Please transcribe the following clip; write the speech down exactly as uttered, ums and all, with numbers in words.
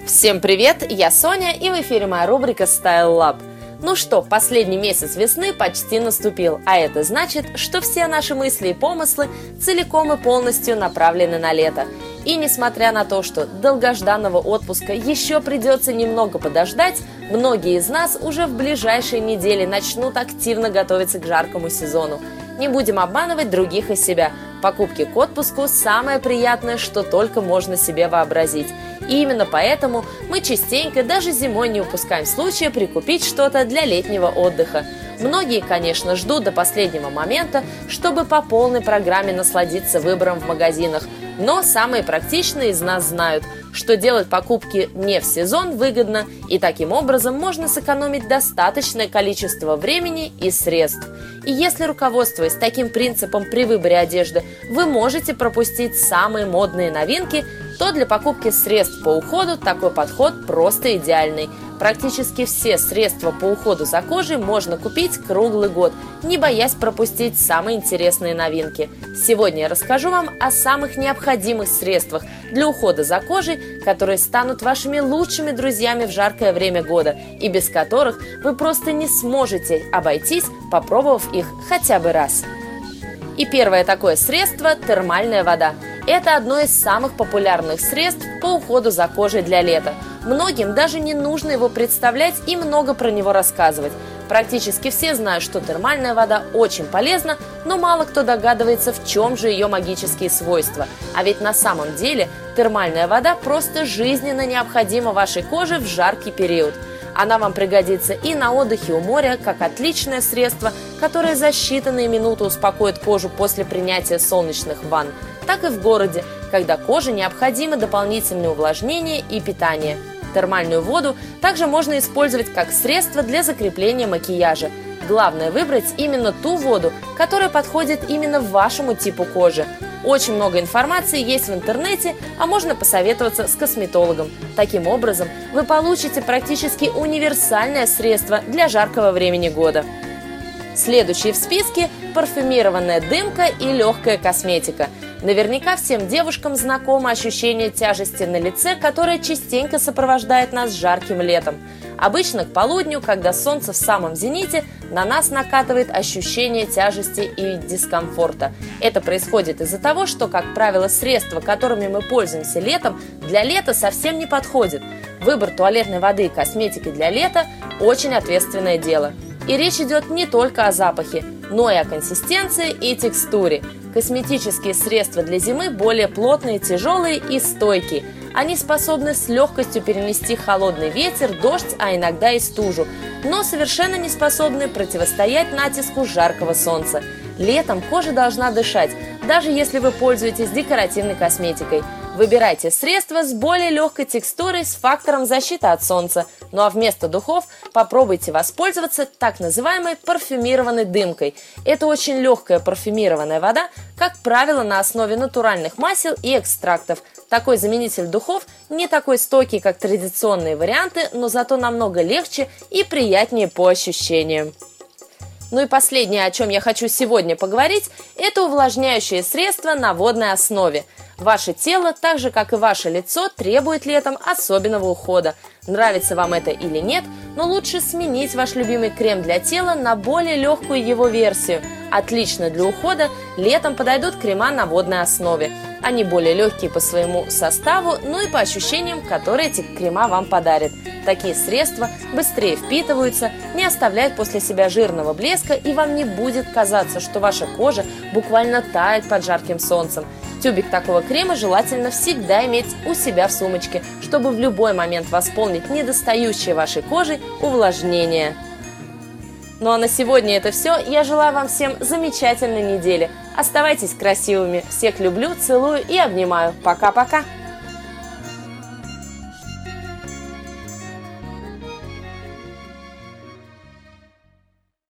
Всем привет, я Соня, и в эфире моя рубрика Style Lab. Ну что, последний месяц весны почти наступил, а это значит, что все наши мысли и помыслы целиком и полностью направлены на лето. И несмотря на то, что долгожданного отпуска еще придется немного подождать, многие из нас уже в ближайшие недели начнут активно готовиться к жаркому сезону. Не будем обманывать других и себя. Покупки к отпуску – самое приятное, что только можно себе вообразить. И именно поэтому мы частенько даже зимой не упускаем случая прикупить что-то для летнего отдыха. Многие, конечно, ждут до последнего момента, чтобы по полной программе насладиться выбором в магазинах. Но самые практичные из нас знают, что делать покупки не в сезон выгодно, и таким образом можно сэкономить достаточное количество времени и средств. И если, руководствуясь таким принципом при выборе одежды, вы можете пропустить самые модные новинки, то для покупки средств по уходу такой подход просто идеальный. Практически все средства по уходу за кожей можно купить круглый год, не боясь пропустить самые интересные новинки. Сегодня я расскажу вам о самых необходимых средствах для ухода за кожей, которые станут вашими лучшими друзьями в жаркое время года и без которых вы просто не сможете обойтись, попробовав их хотя бы раз. И первое такое средство – термальная вода. Это одно из самых популярных средств по уходу за кожей для лета. Многим даже не нужно его представлять и много про него рассказывать. Практически все знают, что термальная вода очень полезна, но мало кто догадывается, в чем же ее магические свойства. А ведь на самом деле термальная вода просто жизненно необходима вашей коже в жаркий период. Она вам пригодится и на отдыхе у моря, как отличное средство, которое за считанные минуты успокоит кожу после принятия солнечных ванн, так и в городе, когда коже необходимо дополнительное увлажнение и питание. Термальную воду также можно использовать как средство для закрепления макияжа. Главное выбрать именно ту воду, которая подходит именно вашему типу кожи. Очень много информации есть в интернете, а можно посоветоваться с косметологом. Таким образом, вы получите практически универсальное средство для жаркого времени года. Следующие в списке – парфюмированная дымка и легкая косметика. Наверняка всем девушкам знакомо ощущение тяжести на лице, которое частенько сопровождает нас жарким летом. Обычно к полудню, когда солнце в самом зените, на нас накатывает ощущение тяжести и дискомфорта. Это происходит из-за того, что, как правило, средства, которыми мы пользуемся летом, для лета совсем не подходят. Выбор туалетной воды и косметики для лета – очень ответственное дело. И речь идет не только о запахе, но и о консистенции и текстуре. Косметические средства для зимы более плотные, тяжелые и стойкие. Они способны с легкостью перенести холодный ветер, дождь, а иногда и стужу, но совершенно не способны противостоять натиску жаркого солнца. Летом кожа должна дышать, даже если вы пользуетесь декоративной косметикой. Выбирайте средства с более легкой текстурой с фактором защиты от солнца. Ну а вместо духов попробуйте воспользоваться так называемой парфюмированной дымкой. Это очень легкая парфюмированная вода, как правило, на основе натуральных масел и экстрактов. Такой заменитель духов не такой стойкий, как традиционные варианты, но зато намного легче и приятнее по ощущениям. Ну и последнее, о чем я хочу сегодня поговорить, это увлажняющее средство на водной основе. Ваше тело, так же как и ваше лицо, требует летом особенного ухода. Нравится вам это или нет, но лучше сменить ваш любимый крем для тела на более легкую его версию. Отлично для ухода летом подойдут крема на водной основе. Они более легкие по своему составу, ну и по ощущениям, которые эти крема вам подарят. Такие средства быстрее впитываются, не оставляют после себя жирного блеска, и вам не будет казаться, что ваша кожа буквально тает под жарким солнцем. Тюбик такого крема желательно всегда иметь у себя в сумочке, чтобы в любой момент восполнить недостающее вашей коже увлажнение. Ну а на сегодня это все. Я желаю вам всем замечательной недели. Оставайтесь красивыми. Всех люблю, целую и обнимаю. Пока-пока.